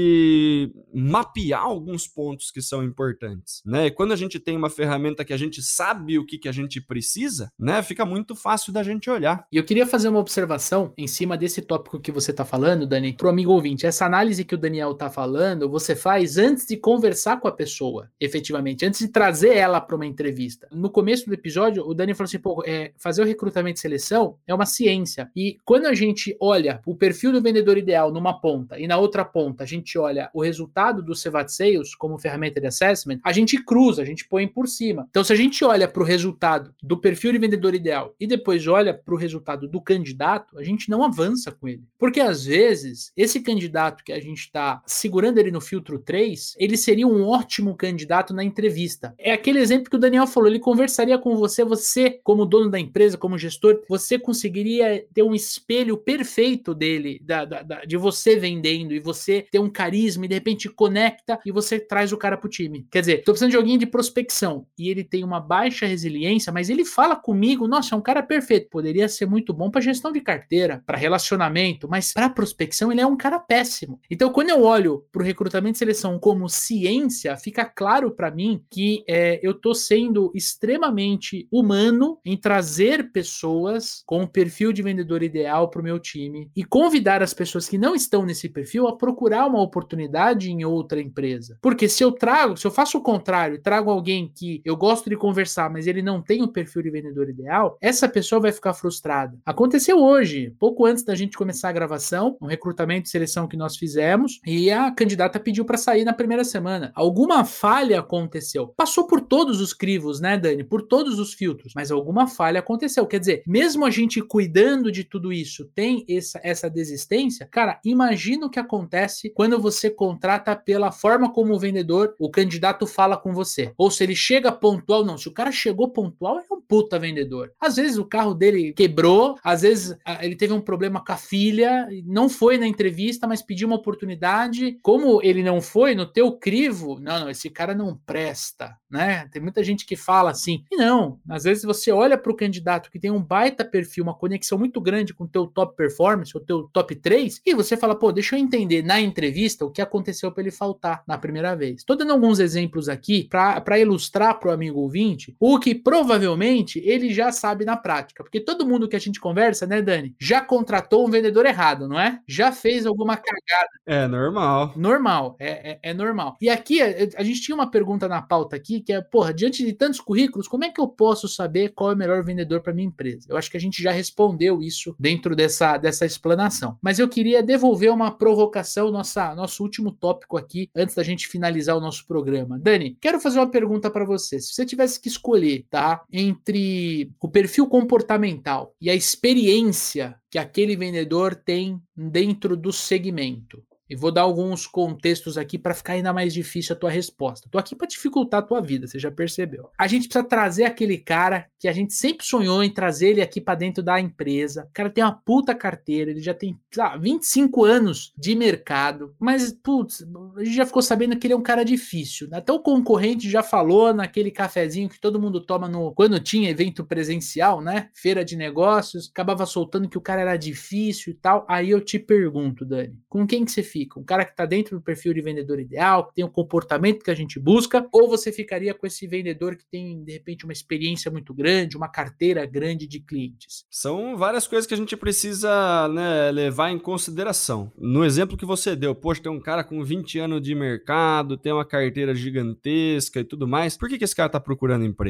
S3: de mapear alguns pontos que são importantes, né? E quando a gente tem uma ferramenta que a gente sabe o que, que a gente precisa, né? Fica muito fácil da gente olhar.
S2: E eu queria fazer uma observação em cima desse tópico que você está falando, Dani, pro amigo ouvinte. Essa análise que o Daniel está falando, você faz antes de conversar com a pessoa, efetivamente, antes de trazer ela para uma entrevista. No começo do episódio, o Dani falou assim, pô, é, fazer o recrutamento e seleção é uma ciência. E quando a gente olha o perfil do vendedor ideal numa ponta e na outra ponta a gente olha o resultado do Cevat Sales como ferramenta de assessment, a gente cruza, a gente põe por cima. Então, se a gente olha para o resultado do perfil de vendedor ideal e depois olha para o resultado do candidato, a gente não avança com ele. Porque, às vezes, esse candidato que a gente está segurando ele no filtro três, ele seria um ótimo candidato na entrevista. É aquele exemplo que o Daniel falou, ele conversaria com você, você, como dono da empresa, como gestor, você conseguiria ter um espelho perfeito dele, da, da, da, de você vendendo, e você ter um carisma, e de repente conecta, e você traz o cara pro time. Quer dizer, tô precisando de alguém de prospecção, e ele tem uma baixa resiliência, mas ele fala comigo, nossa, é um cara perfeito, poderia ser muito bom para gestão de carteira, para relacionamento, mas para prospecção ele é um cara péssimo. Então, quando eu olho pro recrutamento e seleção como ciência, fica claro para mim que é, eu tô sendo extremamente humano em trazer pessoas com o perfil de vendedor ideal para o meu time e convidar as pessoas que não estão nesse perfil a procurar uma oportunidade em outra empresa. Porque se eu trago, se eu faço o contrário e trago alguém que eu gosto de conversar, mas ele não tem o perfil de vendedor ideal, essa pessoa vai ficar frustrada. Aconteceu hoje, pouco antes da gente começar a gravação, um recrutamento e seleção que nós fizemos, e a candidata pediu para sair na primeira semana. Alguma falha aconteceu. Passou por todos os crivos, né, Dani? Por todos os filtros, mas alguma falha aconteceu. Quer dizer, mesmo a gente cuidando de tudo isso, tem essa, essa desistência, cara, imagina o que acontece quando você contrata pela forma como o vendedor, o candidato fala com você. Ou se ele chega pontual, não, se o cara chegou pontual, é um puta vendedor. Às vezes o carro dele quebrou, às vezes ele teve um problema com a filha, não foi na entrevista, mas pediu uma oportunidade. Como ele não foi, no teu crivo, não, não, esse cara não presta, né? Tem muita gente que fala assim, e não, às vezes você olha para o candidato que tem um baita perfil, uma conexão muito grande com o teu top performance, o teu top três, e você fala, pô, deixa eu entender na entrevista o que aconteceu para ele faltar na primeira vez. Tô dando alguns exemplos aqui para ilustrar para o amigo ouvinte o que provavelmente ele já sabe na prática, porque todo mundo que a gente conversa, né, Dani, já contratou um vendedor errado, não é? Já fez alguma cagada.
S3: É normal.
S2: Normal, é, é, é normal. E aqui, a, a gente tinha uma pergunta na pauta aqui, que é, porra, diante de tantos currículos, como é que eu posso saber qual é o melhor vendedor para minha empresa? Eu acho que a gente já respondeu isso dentro dessa, dessa explanação. Mas eu queria devolver uma provocação, nossa, nosso último tópico aqui, antes da gente finalizar o nosso programa. Dani, quero fazer uma pergunta para você. Se você tivesse que escolher, tá, entre o perfil comportamental e a experiência que aquele vendedor tem dentro do segmento, e vou dar alguns contextos aqui para ficar ainda mais difícil a tua resposta. Tô aqui para dificultar a tua vida, você já percebeu. A gente precisa trazer aquele cara que a gente sempre sonhou em trazer ele aqui para dentro da empresa. O cara tem uma puta carteira, ele já tem, sei lá, vinte e cinco anos de mercado, mas, putz, a gente já ficou sabendo que ele é um cara difícil. Até o concorrente já falou naquele cafezinho que todo mundo toma no quando tinha evento presencial, né? Feira de negócios, acabava soltando que o cara era difícil e tal. Aí eu te pergunto, Dani, com quem que você fica? Um cara que está dentro do perfil de vendedor ideal, que tem o comportamento que a gente busca, ou você ficaria com esse vendedor que tem, de repente, uma experiência muito grande, uma carteira grande de clientes?
S3: São várias coisas que a gente precisa, né, levar em consideração. No exemplo que você deu, poxa, tem um cara com vinte anos de mercado, tem uma carteira gigantesca e tudo mais, por que que esse cara está procurando emprego?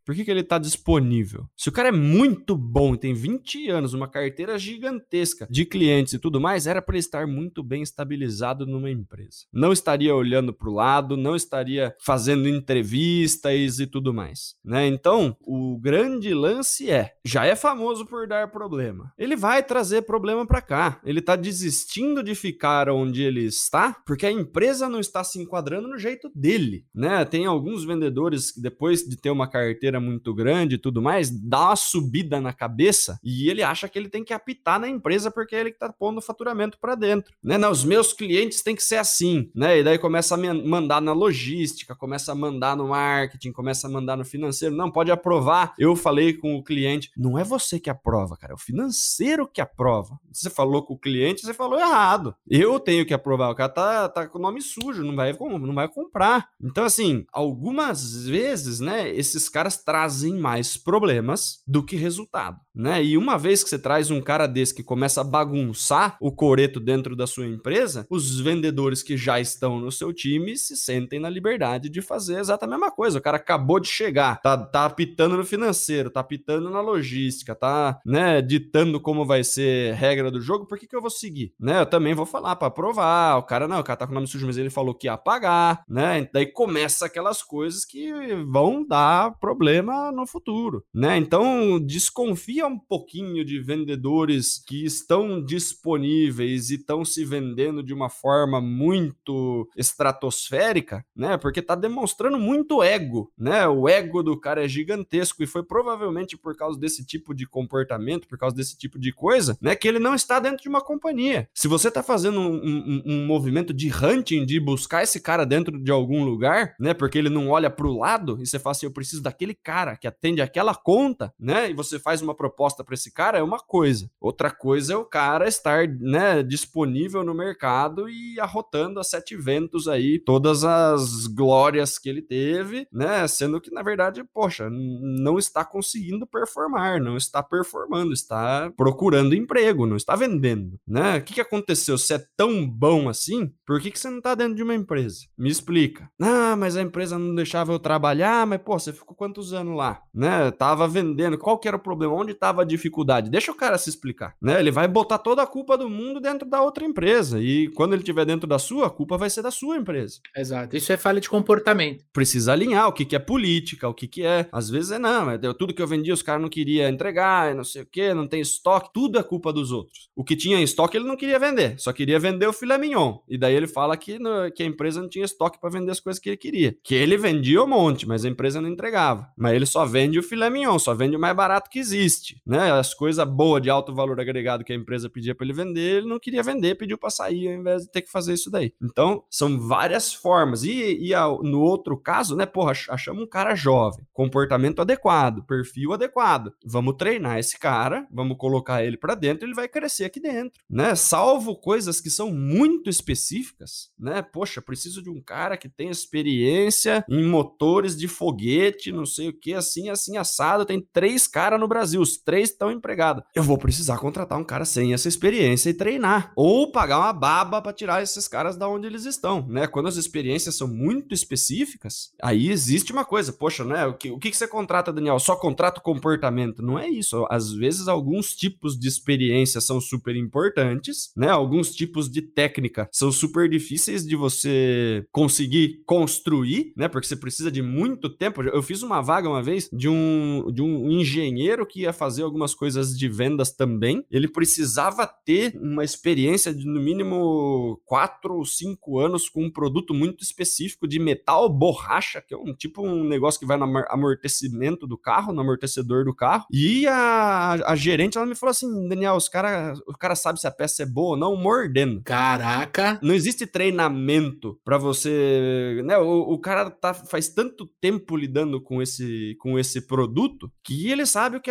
S3: Por que que ele tá disponível? Se o cara é muito bom, tem vinte anos, uma carteira gigantesca de clientes e tudo mais, era para ele estar muito bem estabilizado numa empresa. Não estaria olhando para o lado, não estaria fazendo entrevistas e tudo mais, né? Então, o grande lance é, já é famoso por dar problema. Ele vai trazer problema para cá. Ele tá desistindo de ficar onde ele está, porque a empresa não está se enquadrando no jeito dele, né? Tem alguns vendedores que depois de ter uma carteira muito grande e tudo mais, dá uma subida na cabeça e ele acha que ele tem que apitar na empresa porque é ele que tá pondo o faturamento para dentro, né? Não, os meus clientes têm que ser assim, né? E daí começa a mandar na logística, começa a mandar no marketing, começa a mandar no financeiro. Não, pode aprovar. Eu falei com o cliente, não é você que aprova, cara, é o financeiro que aprova. Você falou com o cliente, você falou errado. Eu tenho que aprovar, o cara tá, tá com o nome sujo, não vai, não vai comprar. Então, assim, algumas vezes, né, esses caras trazem mais problemas do que resultado, né? E uma vez que você traz um cara desse que começa a bagunçar o coreto dentro da sua empresa, os vendedores que já estão no seu time se sentem na liberdade de fazer exatamente a mesma coisa. O cara acabou de chegar, tá, tá apitando no financeiro, tá apitando na logística, tá, né, ditando como vai ser regra do jogo, por que que eu vou seguir? Né? Eu também vou falar pra aprovar, o cara não, o cara tá com o nome sujo, mas ele falou que ia pagar, né? Daí começa aquelas coisas que vão dar problema no futuro, né? Então, desconfia um pouquinho de vendedores que estão disponíveis e estão se vendendo de uma forma muito estratosférica, né? Porque tá demonstrando muito ego, né? O ego do cara é gigantesco e foi provavelmente por causa desse tipo de comportamento, por causa desse tipo de coisa, né? Que ele não está dentro de uma companhia. Se você tá fazendo um, um, um movimento de hunting, de buscar esse cara dentro de algum lugar, né? Porque ele não olha pro lado e você fala assim, eu preciso daquele cara que atende aquela conta, né? E você faz uma proposta para esse cara, é uma coisa. Outra coisa é o cara estar, né, disponível no mercado e arrotando a sete ventos aí, todas as glórias que ele teve, né? Sendo que, na verdade, poxa, não está conseguindo performar, não está performando, está procurando emprego, não está vendendo, né? O que que aconteceu? Se é tão bom assim, por que que você não está dentro de uma empresa? Me explica. Ah, mas a empresa não deixava eu trabalhar, mas, pô, você ficou quantos anos lá, né? Tava vendendo, qual que era o problema? Onde estava a dificuldade? Deixa o cara se explicar, né? Ele vai botar toda a culpa do mundo dentro da outra empresa e quando ele estiver dentro da sua, a culpa vai ser da sua empresa.
S2: Exato, isso é falha de comportamento.
S3: Precisa alinhar o que que é política, o que que é, às vezes é não, é tudo que eu vendia os caras não queriam entregar, não sei o que, não tem estoque, tudo é culpa dos outros. O que tinha em estoque ele não queria vender, só queria vender o filé mignon, e daí ele fala que, no, que a empresa não tinha estoque para vender as coisas que ele queria, que ele vendia um monte, mas a empresa não entregava, mas ele só vende o filé mignon, só vende o mais barato que existe, né, as coisas boas de alto valor agregado que a empresa pedia para ele vender, ele não queria vender, pediu para sair ao invés de ter que fazer isso daí. Então, são várias formas, e, e a, no outro caso, né, porra, achamos um cara jovem, comportamento adequado, perfil adequado, vamos treinar esse cara, vamos colocar ele para dentro, ele vai crescer aqui dentro, né, salvo coisas que são muito específicas, né, poxa, preciso de um cara que tenha experiência em motores de foguete, não sei o que, assim, assim, assado, tem três caras no Brasil, os três estão empregados, eu vou precisar contratar um cara sem essa experiência e treinar, ou pagar uma baba para tirar esses caras da onde eles estão, né, quando as experiências são muito específicas, aí existe uma coisa, poxa, né, o que, o que você contrata, Daniel? Só contrata o comportamento? Não é isso, às vezes alguns tipos de experiência são super importantes, né, alguns tipos de técnica são super difíceis de você conseguir construir, né, porque você precisa de muito tempo. Eu fiz uma vaga uma vez de um, de um engenheiro que ia fazer algumas coisas de vendas também, ele precisava ter uma experiência de no mínimo quatro ou cinco anos com um produto muito específico de metal borracha, que é um tipo um negócio que vai no amortecimento do carro, no amortecedor do carro, e a, a gerente, ela me falou assim, Daniel, os cara, o cara sabe se a peça é boa ou não mordendo.
S2: Caraca!
S3: Não existe treinamento pra você, né, o, o cara tá, faz tanto tempo lidando com esse, com esse produto, que ele sabe o que é bom de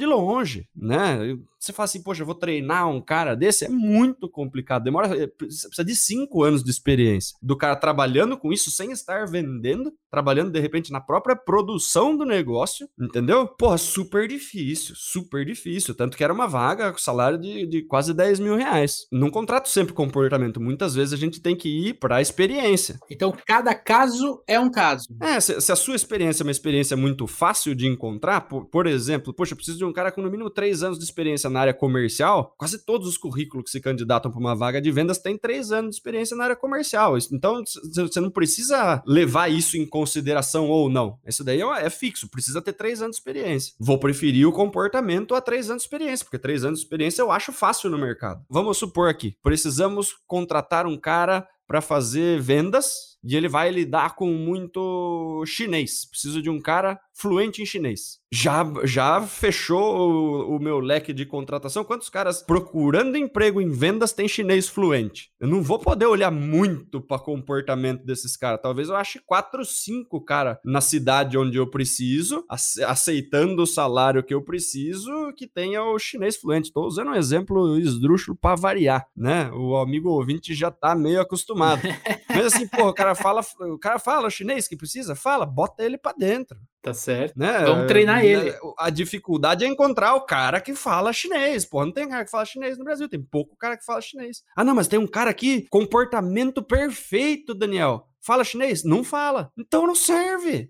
S3: de longe, né? Você fala assim, poxa, eu vou treinar um cara desse? É muito complicado, demora, precisa de cinco anos de experiência. Do cara trabalhando com isso sem estar vendendo, trabalhando de repente na própria produção do negócio, entendeu? Porra, super difícil, super difícil. Tanto que era uma vaga com salário de, de quase dez mil reais. Não contrato sempre comportamento, muitas vezes a gente tem que ir pra experiência.
S2: Então, cada caso é um caso.
S3: É, se, se a sua experiência é uma experiência muito fácil de encontrar, por, por exemplo, poxa, eu preciso de um cara com no mínimo três anos de experiência na área comercial, quase todos os currículos que se candidatam para uma vaga de vendas têm três anos de experiência na área comercial. Então, você não precisa levar isso em consideração ou não. Isso daí é, é fixo, precisa ter três anos de experiência. Vou preferir o comportamento a três anos de experiência, porque três anos de experiência eu acho fácil no mercado. Vamos supor aqui, precisamos contratar um cara para fazer vendas e ele vai lidar com muito chinês. Preciso de um cara fluente em chinês. Já, já fechou o, o meu leque de contratação? Quantos caras procurando emprego em vendas tem chinês fluente? Eu não vou poder olhar muito para comportamento desses caras. Talvez eu ache quatro, cinco caras na cidade onde eu preciso, aceitando o salário que eu preciso, que tenha o chinês fluente. Estou usando um exemplo esdrúxulo para variar, né? O amigo ouvinte já tá meio acostumado. Mas assim, pô, o cara fala, o cara fala chinês que precisa? Fala, bota ele para dentro.
S2: Tá certo.
S3: Né?
S2: Vamos treinar ele.
S3: A dificuldade é encontrar o cara que fala chinês. Pô, não tem cara que fala chinês no Brasil, tem pouco cara que fala chinês. Ah, não, mas tem um cara aqui, comportamento perfeito, Daniel. Fala chinês? Não fala. Então não serve.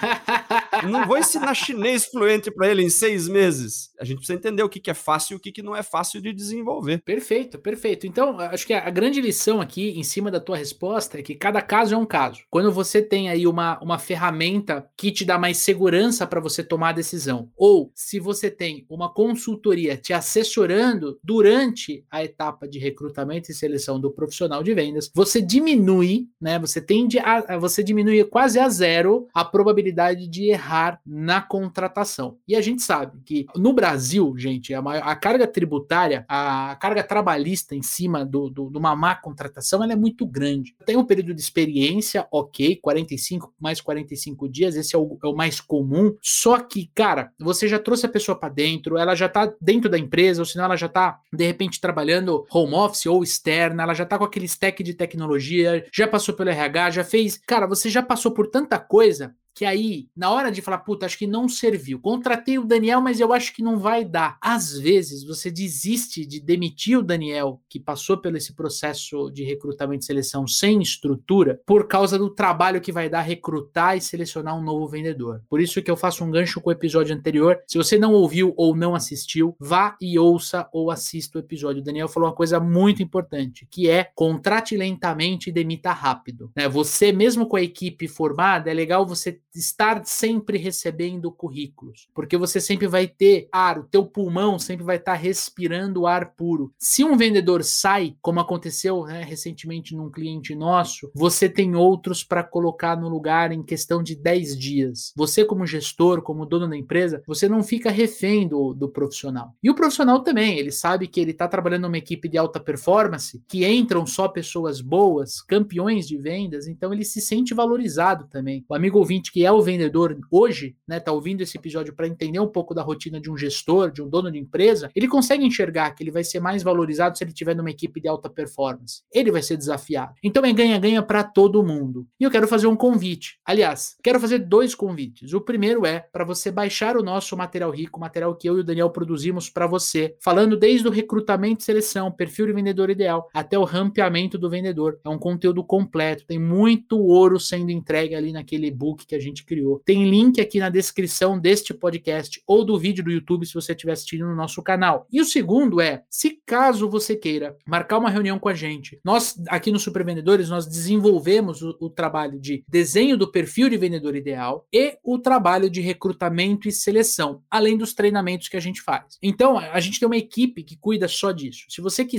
S3: Não vou ensinar chinês fluente para ele em seis meses. A gente precisa entender o que, que é fácil e o que, que não é fácil de desenvolver.
S2: Perfeito, perfeito. Então, acho que a grande lição aqui, em cima da tua resposta, é que cada caso é um caso. Quando você tem aí uma, uma ferramenta que te dá mais segurança para você tomar a decisão, ou se você tem uma consultoria te assessorando durante a etapa de recrutamento e seleção do profissional de vendas, você diminui, né? Você tem A, você diminui quase a zero a probabilidade de errar na contratação. E a gente sabe que no Brasil, gente, a, maior, a carga tributária, a carga trabalhista em cima do, do, de uma má contratação, ela é muito grande. Tem um período de experiência, ok, quarenta e cinco mais quarenta e cinco dias, esse é o, é o mais comum, só que, cara, você já trouxe a pessoa para dentro, ela já tá dentro da empresa, ou senão ela já tá, de repente, trabalhando home office ou externa, ela já tá com aquele stack de tecnologia, já passou pelo R H, já fez... Cara, você já passou por tanta coisa que aí, na hora de falar, puta, acho que não serviu. Contratei o Daniel, mas eu acho que não vai dar. Às vezes, você desiste de demitir o Daniel, que passou pelo esse processo de recrutamento e seleção sem estrutura, por causa do trabalho que vai dar recrutar e selecionar um novo vendedor. Por isso que eu faço um gancho com o episódio anterior. Se você não ouviu ou não assistiu, vá e ouça ou assista o episódio. O Daniel falou uma coisa muito importante, que é contrate lentamente e demita rápido. Né? Você, mesmo com a equipe formada, é legal você estar sempre recebendo currículos, porque você sempre vai ter ar, o teu pulmão sempre vai estar respirando ar puro. Se um vendedor sai, como aconteceu, né, recentemente num cliente nosso, você tem outros para colocar no lugar em questão de dez dias. Você, como gestor, como dono da empresa, você não fica refém do, do profissional. E o profissional também, ele sabe que ele está trabalhando numa equipe de alta performance, que entram só pessoas boas, campeões de vendas, então ele se sente valorizado também. O amigo ouvinte que é o vendedor hoje, né, tá ouvindo esse episódio para entender um pouco da rotina de um gestor, de um dono de empresa, ele consegue enxergar que ele vai ser mais valorizado se ele estiver numa equipe de alta performance. Ele vai ser desafiado. Então é ganha-ganha para todo mundo. E eu quero fazer um convite. Aliás, quero fazer dois convites. O primeiro é para você baixar o nosso material rico, o material que eu e o Daniel produzimos para você, falando desde o recrutamento e seleção, perfil de vendedor ideal, até o rampeamento do vendedor. É um conteúdo completo, tem muito ouro sendo entregue ali naquele e-book que a gente criou. Tem link aqui na descrição deste podcast ou do vídeo do YouTube se você estiver assistindo no nosso canal. E o segundo é, se caso você queira marcar uma reunião com a gente, nós aqui no Super Vendedores, nós desenvolvemos o, o trabalho de desenho do perfil de vendedor ideal e o trabalho de recrutamento e seleção, além dos treinamentos que a gente faz. Então, a gente tem uma equipe que cuida só disso. Se você quiser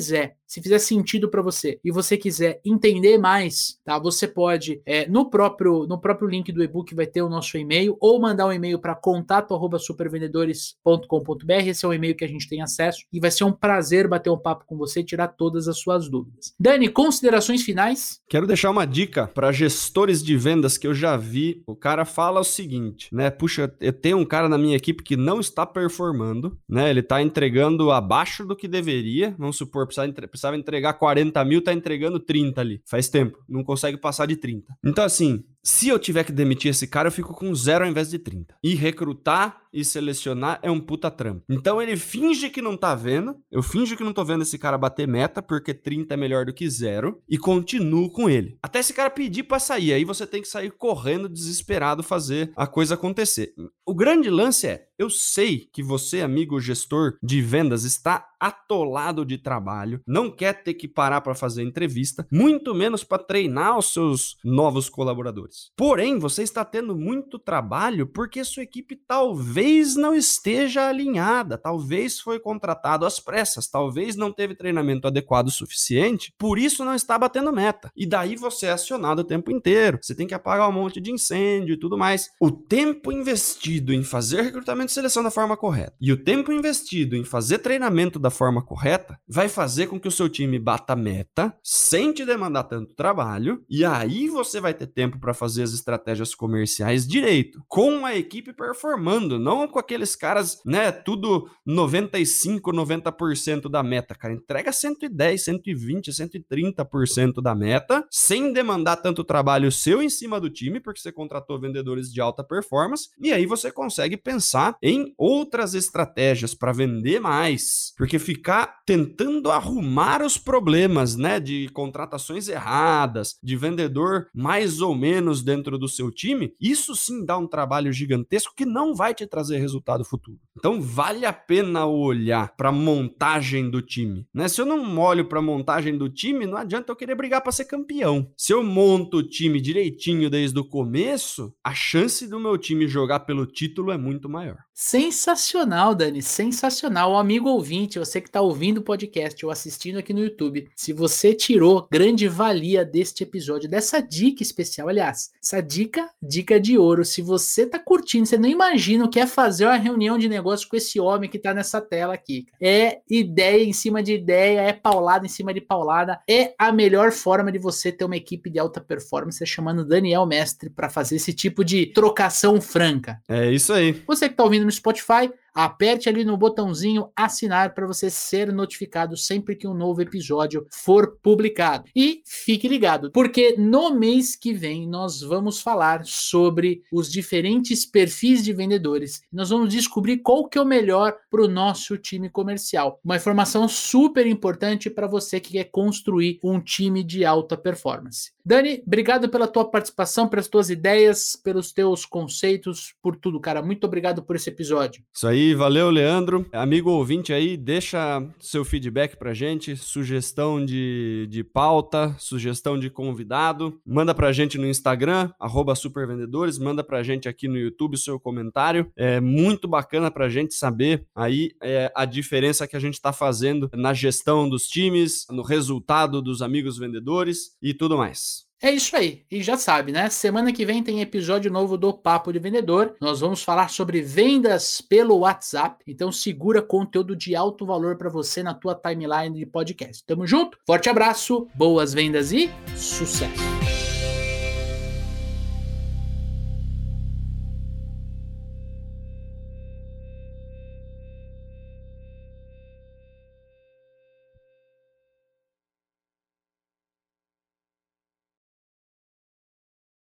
S2: se fizer sentido para você e você quiser entender mais, tá? Você pode, é, no próprio no próprio link do e-book vai ter o nosso e-mail, ou mandar um e-mail para contato arroba supervendedores ponto com ponto b r. Esse é o e-mail que a gente tem acesso e vai ser um prazer bater um papo com você e tirar todas as suas dúvidas. Dani, considerações finais?
S3: Quero deixar uma dica para gestores de vendas que eu já vi. O cara fala o seguinte, né? Puxa, eu tenho um cara na minha equipe que não está performando, né? Ele está entregando abaixo do que deveria. Vamos supor, precisava, entre... precisava entregar quarenta mil, tá entregando trinta ali. Faz tempo, não consegue passar de trinta. Então, assim, se eu tiver que demitir esse cara, eu fico com zero ao invés de trinta. E recrutar e selecionar é um puta trampo. Então ele finge que não tá vendo, eu finjo que não tô vendo esse cara bater meta, porque trinta é melhor do que zero, e continuo com ele. Até esse cara pedir pra sair, aí você tem que sair correndo, desesperado, fazer a coisa acontecer. O grande lance é, eu sei que você, amigo gestor de vendas, está atolado de trabalho, não quer ter que parar para fazer entrevista, muito menos para treinar os seus novos colaboradores. Porém, você está tendo muito trabalho porque sua equipe talvez não esteja alinhada, talvez foi contratado às pressas, talvez não teve treinamento adequado o suficiente, por isso não está batendo meta. E daí você é acionado o tempo inteiro, você tem que apagar um monte de incêndio e tudo mais. O tempo investido em fazer recrutamento e seleção da forma correta e o tempo investido em fazer treinamento da forma correta vai fazer com que o seu time bata meta sem te demandar tanto trabalho, e aí você vai ter tempo para fazer as estratégias comerciais direito, com a equipe performando, não com aqueles caras, né, tudo noventa e cinco, noventa por cento da meta, cara, entrega cento e dez, cento e vinte, cento e trinta por cento da meta, sem demandar tanto trabalho seu em cima do time, porque você contratou vendedores de alta performance, e aí você consegue pensar em outras estratégias para vender mais, porque ficar tentando arrumar os problemas, né, de contratações erradas, de vendedor mais ou menos dentro do seu time, isso sim dá um trabalho gigantesco que não vai te trazer resultado futuro. Então vale a pena olhar para a montagem do time, né? Se eu não olho para a montagem do time, não adianta eu querer brigar para ser campeão. Se eu monto o time direitinho desde o começo, a chance do meu time jogar pelo título é muito maior.
S2: Sensacional, Dani, sensacional. O amigo ouvinte, você que está ouvindo o podcast ou assistindo aqui no YouTube, se você tirou grande valia deste episódio, dessa dica especial, aliás, essa dica, dica de ouro, se você está curtindo, você não imagina o que é fazer uma reunião de negócio com esse homem que está nessa tela aqui. É ideia em cima de ideia, é paulada em cima de paulada, é a melhor forma de você ter uma equipe de alta performance, é chamando Daniel Mestre para fazer esse tipo de trocação franca.
S3: É isso aí.
S2: Você que está ouvindo no Spotify, aperte ali no botãozinho assinar para você ser notificado sempre que um novo episódio for publicado. E fique ligado, porque no mês que vem nós vamos falar sobre os diferentes perfis de vendedores. Nós vamos descobrir qual que é o melhor para o nosso time comercial. Uma informação super importante para você que quer construir um time de alta performance. Dani, obrigado pela tua participação, pelas tuas ideias, pelos teus conceitos, por tudo, cara. Muito obrigado por esse episódio.
S3: Isso aí, valeu, Leandro. Amigo ouvinte aí, deixa seu feedback pra gente, sugestão de, de pauta, sugestão de convidado. Manda pra gente no Instagram, arroba supervendedores, manda pra gente aqui no YouTube o seu comentário. É muito bacana pra gente saber aí é, a diferença que a gente tá fazendo na gestão dos times, no resultado dos amigos vendedores e tudo mais.
S2: É isso aí, e já sabe, né? Semana que vem tem episódio novo do Papo de Vendedor. Nós vamos falar sobre vendas pelo WhatsApp, então segura conteúdo de alto valor para você na tua timeline de podcast. Tamo junto, forte abraço, boas vendas e sucesso!